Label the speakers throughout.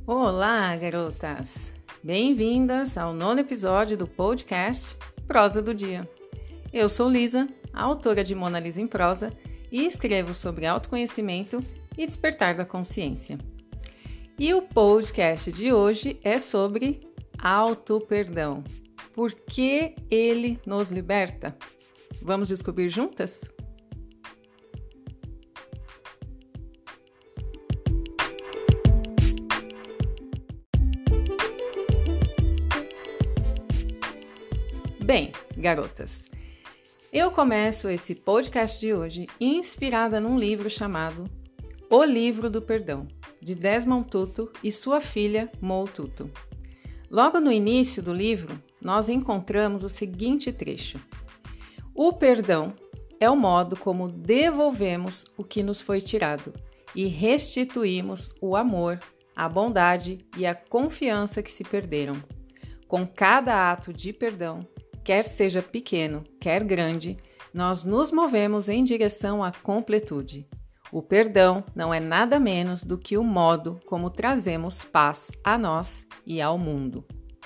Speaker 1: Olá, garotas! Bem-vindas ao 9º episódio do podcast Prosa do Dia. Eu sou Lisa, autora de Mona Lisa em Prosa, e escrevo sobre autoconhecimento e despertar da consciência. E o podcast de hoje é sobre auto-perdão. Por que ele nos liberta? Vamos descobrir juntas? Bem, garotas, eu começo esse podcast de hoje inspirada num livro chamado O Livro do Perdão, de Desmond Tutu e sua filha Mo Tutu. Logo no início do livro, nós encontramos o seguinte trecho: o perdão é o modo como devolvemos o que nos foi tirado e restituímos o amor, a bondade e a confiança que se perderam. Com cada ato de perdão, quer seja pequeno, quer grande, nós nos movemos em direção à completude. O perdão não é nada menos do que o modo como trazemos paz a nós e ao mundo.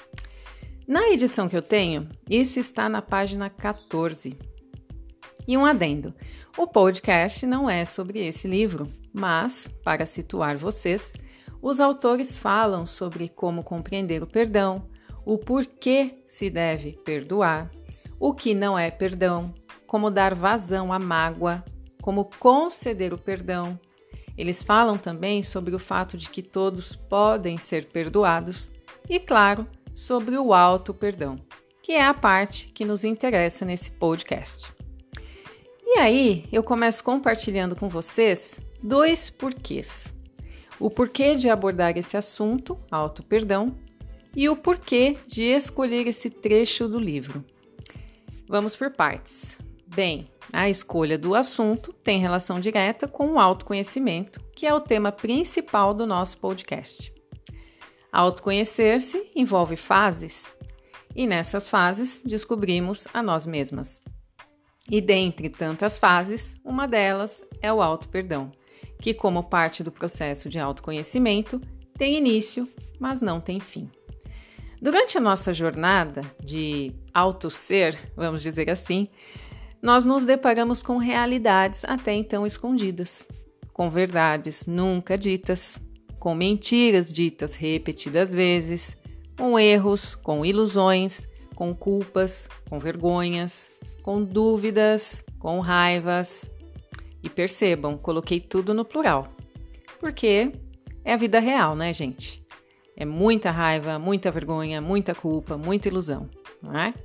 Speaker 1: Na edição que eu tenho, isso está na página 14. E um adendo: o podcast não é sobre esse livro, mas, para situar vocês, os autores falam sobre como compreender o perdão, o porquê se deve perdoar, o que não é perdão, como dar vazão à mágoa, como conceder o perdão. Eles falam também sobre o fato de que todos podem ser perdoados e, claro, sobre o auto-perdão, que é a parte que nos interessa nesse podcast. E aí, eu começo compartilhando com vocês 2 porquês. O porquê de abordar esse assunto, auto-perdão, e o porquê de escolher esse trecho do livro. Vamos por partes. Bem, a escolha do assunto tem relação direta com o autoconhecimento, que é o tema principal do nosso podcast. Autoconhecer-se envolve fases, e nessas fases descobrimos a nós mesmas. E dentre tantas fases, uma delas é o auto-perdão, que, como parte do processo de autoconhecimento, tem início, mas não tem fim. Durante a nossa jornada de auto-ser, vamos dizer assim, nós nos deparamos com realidades até então escondidas, com verdades nunca ditas, com mentiras ditas repetidas vezes, com erros, com ilusões, com culpas, com vergonhas, com dúvidas, com raivas. E percebam, coloquei tudo no plural, porque é a vida real, né, gente? É muita raiva, muita vergonha, muita culpa, muita ilusão, não é?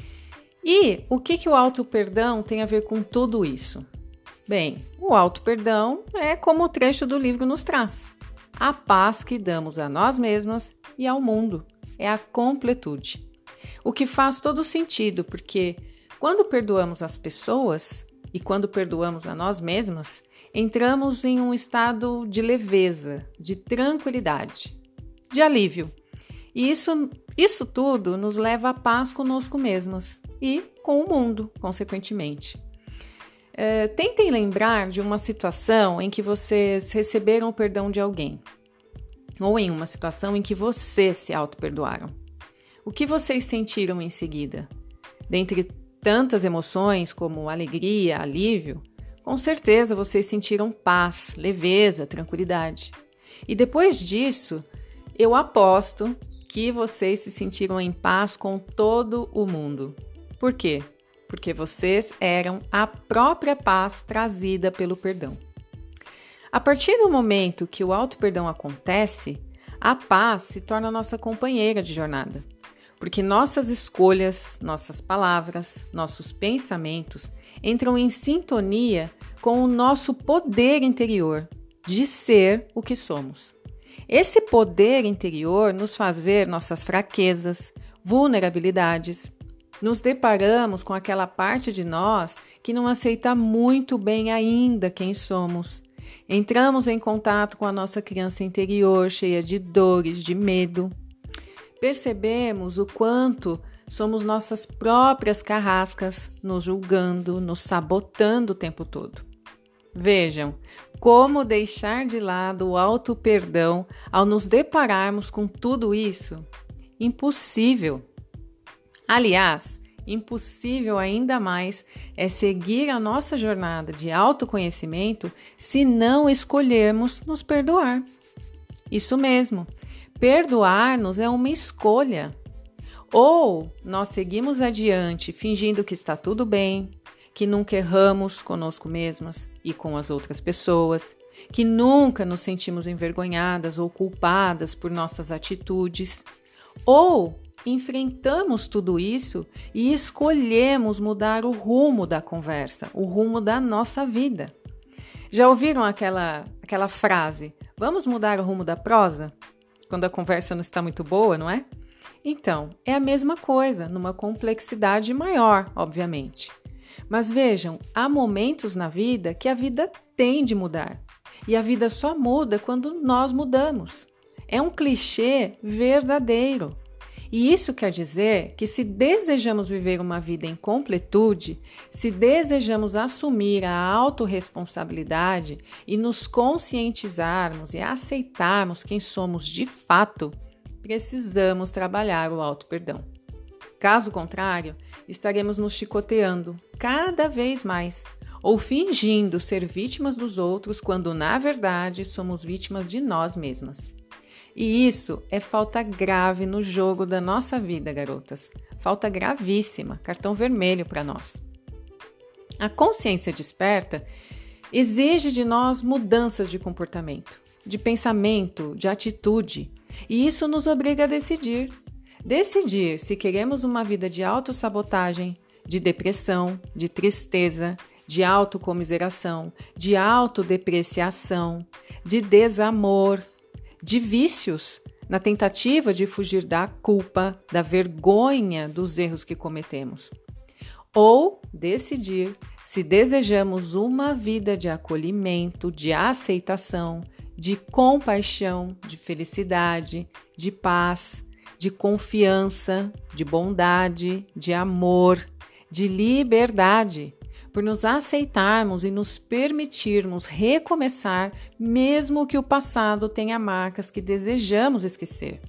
Speaker 1: E o que o auto-perdão tem a ver com tudo isso? Bem, o auto-perdão é como o trecho do livro nos traz. A paz que damos a nós mesmas e ao mundo. É a completude. O que faz todo sentido, porque quando perdoamos as pessoas e quando perdoamos a nós mesmas, entramos em um estado de leveza, de tranquilidade, de alívio. E isso tudo nos leva à paz conosco mesmas e com o mundo, consequentemente. Tentem lembrar de uma situação em que vocês receberam o perdão de alguém, ou em uma situação em que vocês se auto-perdoaram. O que vocês sentiram em seguida? Dentre tantas emoções como alegria, alívio, com certeza vocês sentiram paz, leveza, tranquilidade. E depois disso, eu aposto que vocês se sentiram em paz com todo o mundo. Por quê? Porque vocês eram a própria paz trazida pelo perdão. A partir do momento que o auto-perdão acontece, a paz se torna nossa companheira de jornada. Porque nossas escolhas, nossas palavras, nossos pensamentos entram em sintonia com o nosso poder interior de ser o que somos. Esse poder interior nos faz ver nossas fraquezas, vulnerabilidades. Nos deparamos com aquela parte de nós que não aceita muito bem ainda quem somos. Entramos em contato com a nossa criança interior, cheia de dores, de medo. Percebemos o quanto somos nossas próprias carrascas, nos julgando, nos sabotando o tempo todo. Vejam, como deixar de lado o auto-perdão ao nos depararmos com tudo isso? Impossível! Aliás, impossível ainda mais é seguir a nossa jornada de autoconhecimento se não escolhermos nos perdoar. Isso mesmo, perdoar-nos é uma escolha. Ou nós seguimos adiante fingindo que está tudo bem, que nunca erramos conosco mesmas e com as outras pessoas, que nunca nos sentimos envergonhadas ou culpadas por nossas atitudes, ou enfrentamos tudo isso e escolhemos mudar o rumo da conversa, o rumo da nossa vida. Já ouviram aquela frase, vamos mudar o rumo da prosa? Quando a conversa não está muito boa, não é? Então, é a mesma coisa, numa complexidade maior, obviamente. Mas vejam, há momentos na vida que a vida tem de mudar. E a vida só muda quando nós mudamos. É um clichê verdadeiro. E isso quer dizer que se desejamos viver uma vida em completude, se desejamos assumir a autorresponsabilidade e nos conscientizarmos e aceitarmos quem somos de fato, precisamos trabalhar o auto-perdão. Caso contrário, estaremos nos chicoteando cada vez mais ou fingindo ser vítimas dos outros quando, na verdade, somos vítimas de nós mesmas. E isso é falta grave no jogo da nossa vida, garotas. Falta gravíssima, cartão vermelho para nós. A consciência desperta exige de nós mudanças de comportamento, de pensamento, de atitude. E isso nos obriga a decidir. Decidir se queremos uma vida de autossabotagem, de depressão, de tristeza, de autocomiseração, de autodepreciação, de desamor, de vícios, na tentativa de fugir da culpa, da vergonha dos erros que cometemos. Ou decidir se desejamos uma vida de acolhimento, de aceitação, de compaixão, de felicidade, de paz, de confiança, de bondade, de amor, de liberdade, por nos aceitarmos e nos permitirmos recomeçar, mesmo que o passado tenha marcas que desejamos esquecer.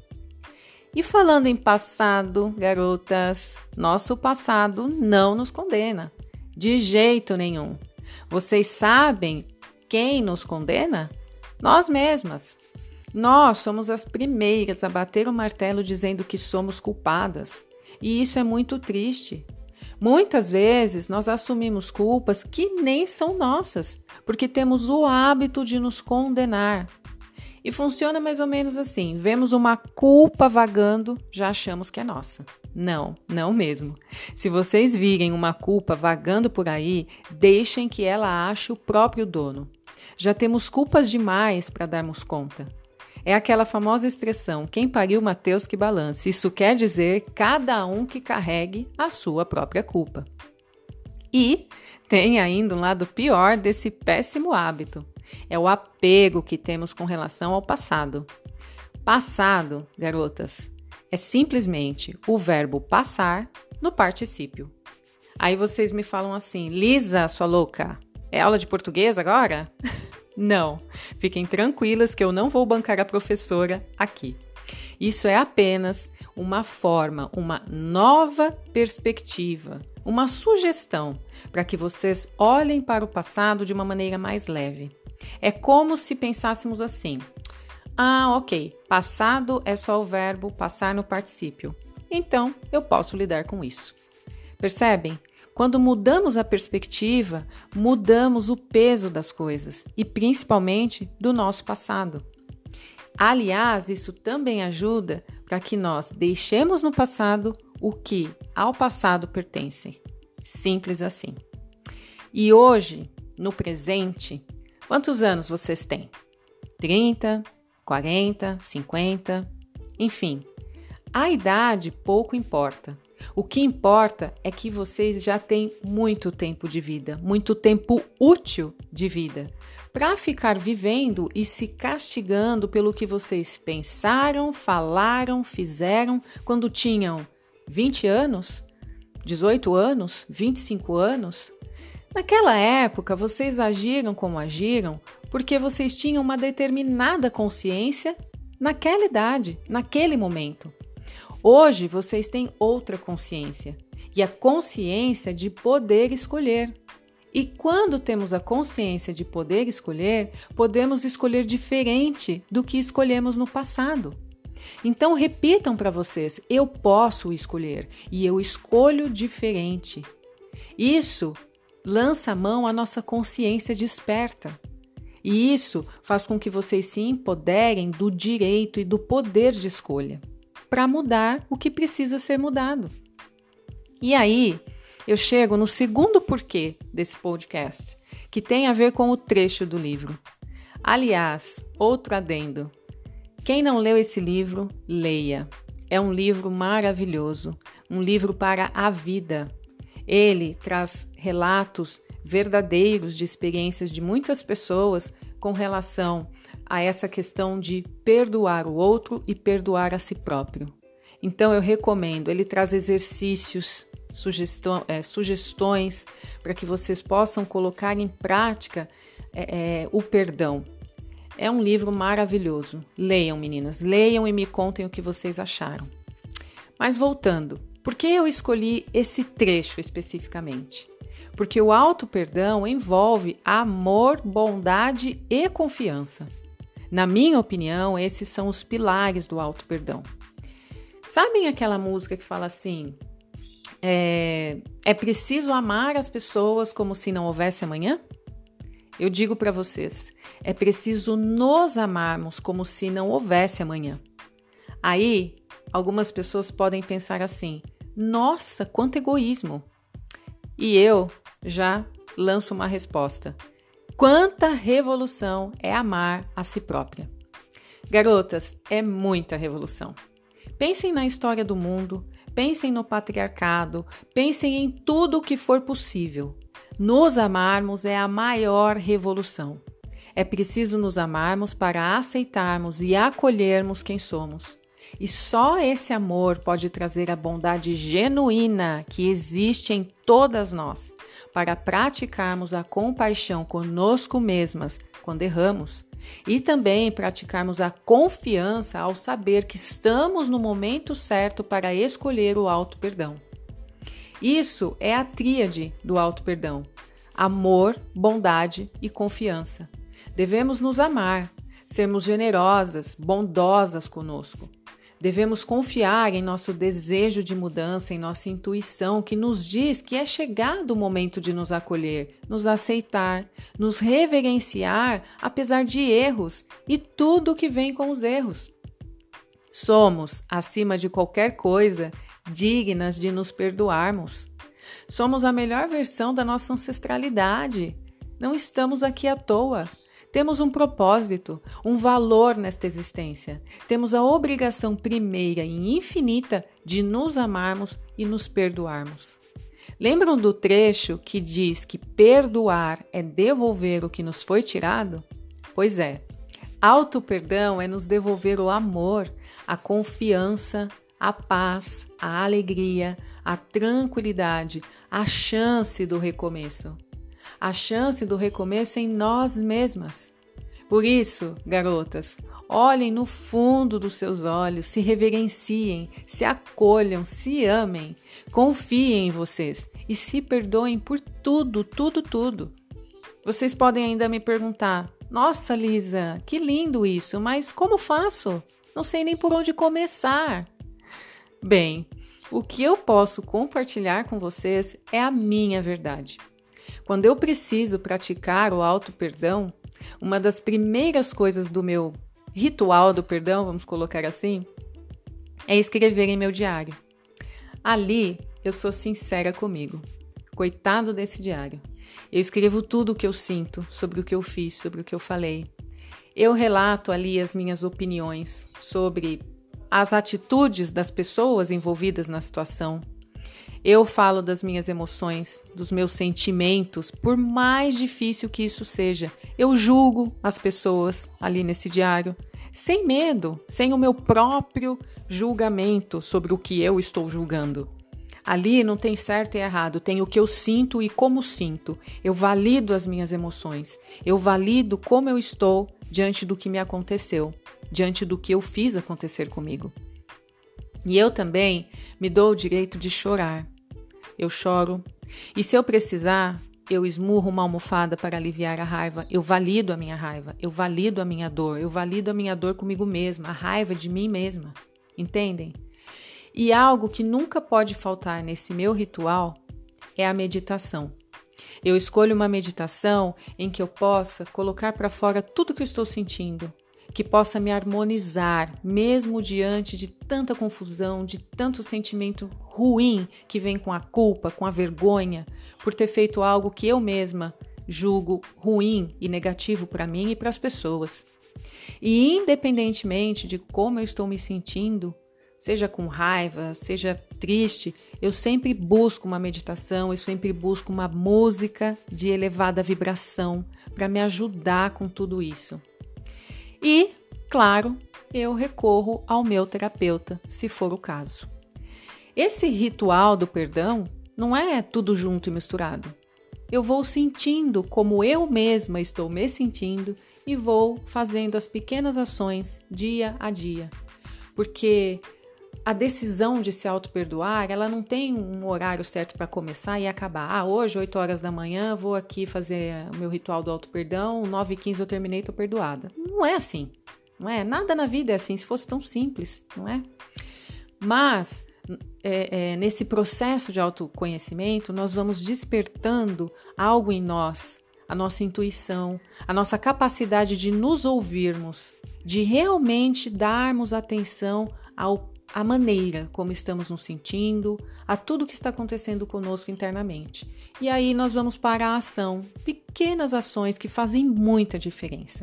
Speaker 1: E falando em passado, garotas, nosso passado não nos condena, de jeito nenhum. Vocês sabem quem nos condena? Nós mesmas. Nós somos as primeiras a bater o martelo dizendo que somos culpadas. E isso é muito triste. Muitas vezes nós assumimos culpas que nem são nossas, porque temos o hábito de nos condenar. E funciona mais ou menos assim, vemos uma culpa vagando, já achamos que é nossa. Não, não mesmo. Se vocês virem uma culpa vagando por aí, deixem que ela ache o próprio dono. Já temos culpas demais para darmos conta. É aquela famosa expressão, quem pariu Mateus que balance. Isso quer dizer cada um que carregue a sua própria culpa. E tem ainda um lado pior desse péssimo hábito. É o apego que temos com relação ao passado. Passado, garotas, é simplesmente o verbo passar no particípio. Aí vocês me falam assim, Lisa, sua louca, é aula de português agora? Não, fiquem tranquilas que eu não vou bancar a professora aqui. Isso é apenas uma forma, uma nova perspectiva, uma sugestão para que vocês olhem para o passado de uma maneira mais leve. É como se pensássemos assim, ok, passado é só o verbo passar no particípio, então eu posso lidar com isso. Percebem? Quando mudamos a perspectiva, mudamos o peso das coisas e principalmente do nosso passado. Aliás, isso também ajuda para que nós deixemos no passado o que ao passado pertence. Simples assim. E hoje, no presente, quantos anos vocês têm? 30, 40, 50, enfim. A idade pouco importa. O que importa é que vocês já têm muito tempo de vida, muito tempo útil de vida, para ficar vivendo e se castigando pelo que vocês pensaram, falaram, fizeram quando tinham 20 anos, 18 anos, 25 anos. Naquela época, vocês agiram como agiram porque vocês tinham uma determinada consciência naquela idade, naquele momento. Hoje, vocês têm outra consciência, e a consciência de poder escolher. E quando temos a consciência de poder escolher, podemos escolher diferente do que escolhemos no passado. Então repitam para vocês: eu posso escolher e eu escolho diferente. Isso lança a mão à nossa consciência desperta. E isso faz com que vocês se empoderem do direito e do poder de escolha para mudar o que precisa ser mudado. E aí, eu chego no segundo porquê desse podcast, que tem a ver com o trecho do livro. Aliás, outro adendo. Quem não leu esse livro, leia. É um livro maravilhoso, um livro para a vida. Ele traz relatos verdadeiros de experiências de muitas pessoas com relação a essa questão de perdoar o outro e perdoar a si próprio. Então eu recomendo, ele traz exercícios, sugestões para que vocês possam colocar em prática o perdão. É um livro maravilhoso. Leiam, meninas, leiam e me contem o que vocês acharam. Mas voltando, por que eu escolhi esse trecho especificamente? Porque o auto-perdão envolve amor, bondade e confiança. Na minha opinião, esses são os pilares do auto-perdão. Sabem aquela música que fala assim, é preciso amar as pessoas como se não houvesse amanhã? Eu digo para vocês, é preciso nos amarmos como se não houvesse amanhã. Aí, algumas pessoas podem pensar assim, nossa, quanto egoísmo! E eu já lanço uma resposta. Quanta revolução é amar a si própria? Garotas, é muita revolução. Pensem na história do mundo, pensem no patriarcado, pensem em tudo o que for possível. Nos amarmos é a maior revolução. É preciso nos amarmos para aceitarmos e acolhermos quem somos. E só esse amor pode trazer a bondade genuína que existe em todas nós, para praticarmos a compaixão conosco mesmas quando erramos, e também praticarmos a confiança ao saber que estamos no momento certo para escolher o auto-perdão. Isso é a tríade do auto-perdão: amor, bondade e confiança. Devemos nos amar, sermos generosas, bondosas conosco. Devemos confiar em nosso desejo de mudança, em nossa intuição que nos diz que é chegado o momento de nos acolher, nos aceitar, nos reverenciar apesar de erros e tudo o que vem com os erros. Somos, acima de qualquer coisa, dignas de nos perdoarmos. Somos a melhor versão da nossa ancestralidade. Não estamos aqui à toa. Temos um propósito, um valor nesta existência. Temos a obrigação primeira e infinita de nos amarmos e nos perdoarmos. Lembram do trecho que diz que perdoar é devolver o que nos foi tirado? Pois é, auto-perdão é nos devolver o amor, a confiança, a paz, a alegria, a tranquilidade, a chance do recomeço. A chance do recomeço em nós mesmas. Por isso, garotas, olhem no fundo dos seus olhos, se reverenciem, se acolham, se amem, confiem em vocês e se perdoem por tudo, tudo, tudo. Vocês podem ainda me perguntar, nossa, Lisa, que lindo isso, mas como faço? Não sei nem por onde começar. Bem, o que eu posso compartilhar com vocês é a minha verdade. Quando eu preciso praticar o auto-perdão, uma das primeiras coisas do meu ritual do perdão, vamos colocar assim, é escrever em meu diário. Ali, eu sou sincera comigo. Coitado desse diário. Eu escrevo tudo o que eu sinto, sobre o que eu fiz, sobre o que eu falei. Eu relato ali as minhas opiniões sobre as atitudes das pessoas envolvidas na situação. Eu falo das minhas emoções, dos meus sentimentos, por mais difícil que isso seja. Eu julgo as pessoas ali nesse diário, sem medo, sem o meu próprio julgamento sobre o que eu estou julgando. Ali não tem certo e errado, tem o que eu sinto e como sinto. Eu valido as minhas emoções, eu valido como eu estou diante do que me aconteceu, diante do que eu fiz acontecer comigo. E eu também me dou o direito de chorar. Eu choro. E se eu precisar, eu esmurro uma almofada para aliviar a raiva. Eu valido a minha raiva. Eu valido a minha dor. Eu valido a minha dor comigo mesma. A raiva de mim mesma. Entendem? E algo que nunca pode faltar nesse meu ritual é a meditação. Eu escolho uma meditação em que eu possa colocar para fora tudo que eu estou sentindo, que possa me harmonizar, mesmo diante de tanta confusão, de tanto sentimento ruim que vem com a culpa, com a vergonha, por ter feito algo que eu mesma julgo ruim e negativo para mim e para as pessoas. E independentemente de como eu estou me sentindo, seja com raiva, seja triste, eu sempre busco uma meditação, eu sempre busco uma música de elevada vibração para me ajudar com tudo isso. E, claro, eu recorro ao meu terapeuta, se for o caso. Esse ritual do perdão não é tudo junto e misturado. Eu vou sentindo como eu mesma estou me sentindo e vou fazendo as pequenas ações dia a dia. Porque a decisão de se auto-perdoar, ela não tem um horário certo para começar e acabar. Hoje, 8 horas da manhã, vou aqui fazer o meu ritual do auto-perdão, 9h15 eu terminei, estou perdoada. Não é assim, não é? Nada na vida é assim, se fosse tão simples, não é? Mas, nesse processo de autoconhecimento, nós vamos despertando algo em nós, a nossa intuição, a nossa capacidade de nos ouvirmos, de realmente darmos atenção à maneira como estamos nos sentindo, a tudo que está acontecendo conosco internamente. E aí nós vamos para a ação, pequenas ações que fazem muita diferença.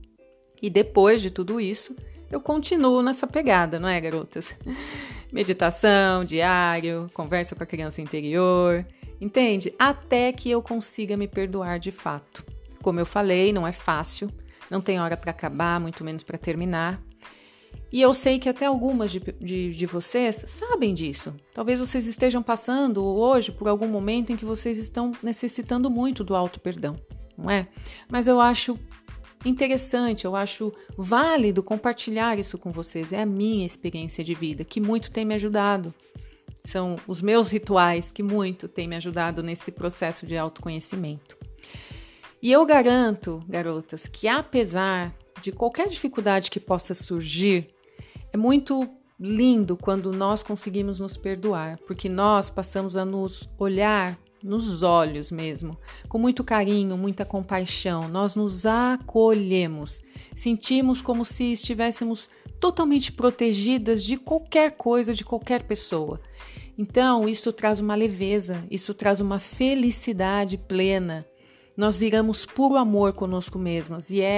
Speaker 1: E depois de tudo isso, eu continuo nessa pegada, não é, garotas? Meditação, diário, conversa com a criança interior, entende? Até que eu consiga me perdoar de fato. Como eu falei, não é fácil, não tem hora para acabar, muito menos para terminar. E eu sei que até algumas de vocês sabem disso. Talvez vocês estejam passando hoje por algum momento em que vocês estão necessitando muito do auto-perdão, não é? Mas eu acho interessante, eu acho válido compartilhar isso com vocês. É a minha experiência de vida, que muito tem me ajudado. São os meus rituais que muito têm me ajudado nesse processo de autoconhecimento. E eu garanto, garotas, que apesar de qualquer dificuldade que possa surgir, é muito lindo quando nós conseguimos nos perdoar, porque nós passamos a nos olhar nos olhos mesmo, com muito carinho, muita compaixão, nós nos acolhemos, sentimos como se estivéssemos totalmente protegidas de qualquer coisa, de qualquer pessoa. Então, isso traz uma leveza, isso traz uma felicidade plena. Nós viramos puro amor conosco mesmas e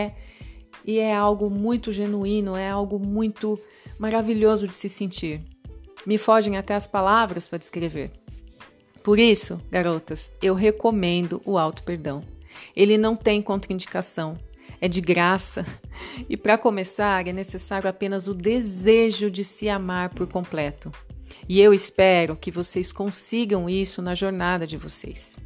Speaker 1: é algo muito genuíno, é algo muito maravilhoso de se sentir. Me fogem até as palavras para descrever. Por isso, garotas, eu recomendo o auto-perdão. Ele não tem contraindicação, é de graça. E para começar, é necessário apenas o desejo de se amar por completo. E eu espero que vocês consigam isso na jornada de vocês.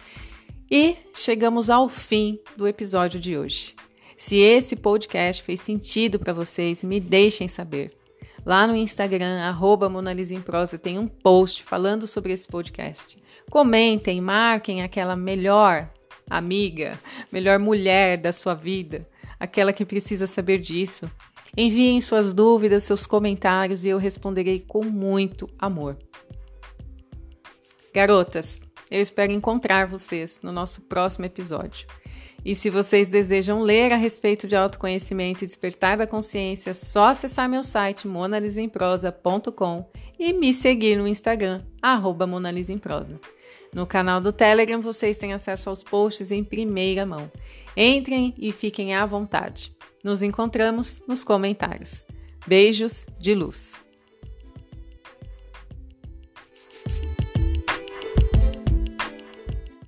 Speaker 1: E chegamos ao fim do episódio de hoje. Se esse podcast fez sentido para vocês, me deixem saber. Lá no Instagram, @MonalisaEmProsa, tem um post falando sobre esse podcast. Comentem, marquem aquela melhor amiga, melhor mulher da sua vida, aquela que precisa saber disso. Enviem suas dúvidas, seus comentários e eu responderei com muito amor. Garotas, eu espero encontrar vocês no nosso próximo episódio. E se vocês desejam ler a respeito de autoconhecimento e despertar da consciência, é só acessar meu site monalisaemprosa.com e me seguir no Instagram, @monalisaemprosa. No canal do Telegram, vocês têm acesso aos posts em primeira mão. Entrem e fiquem à vontade. Nos encontramos nos comentários. Beijos de luz.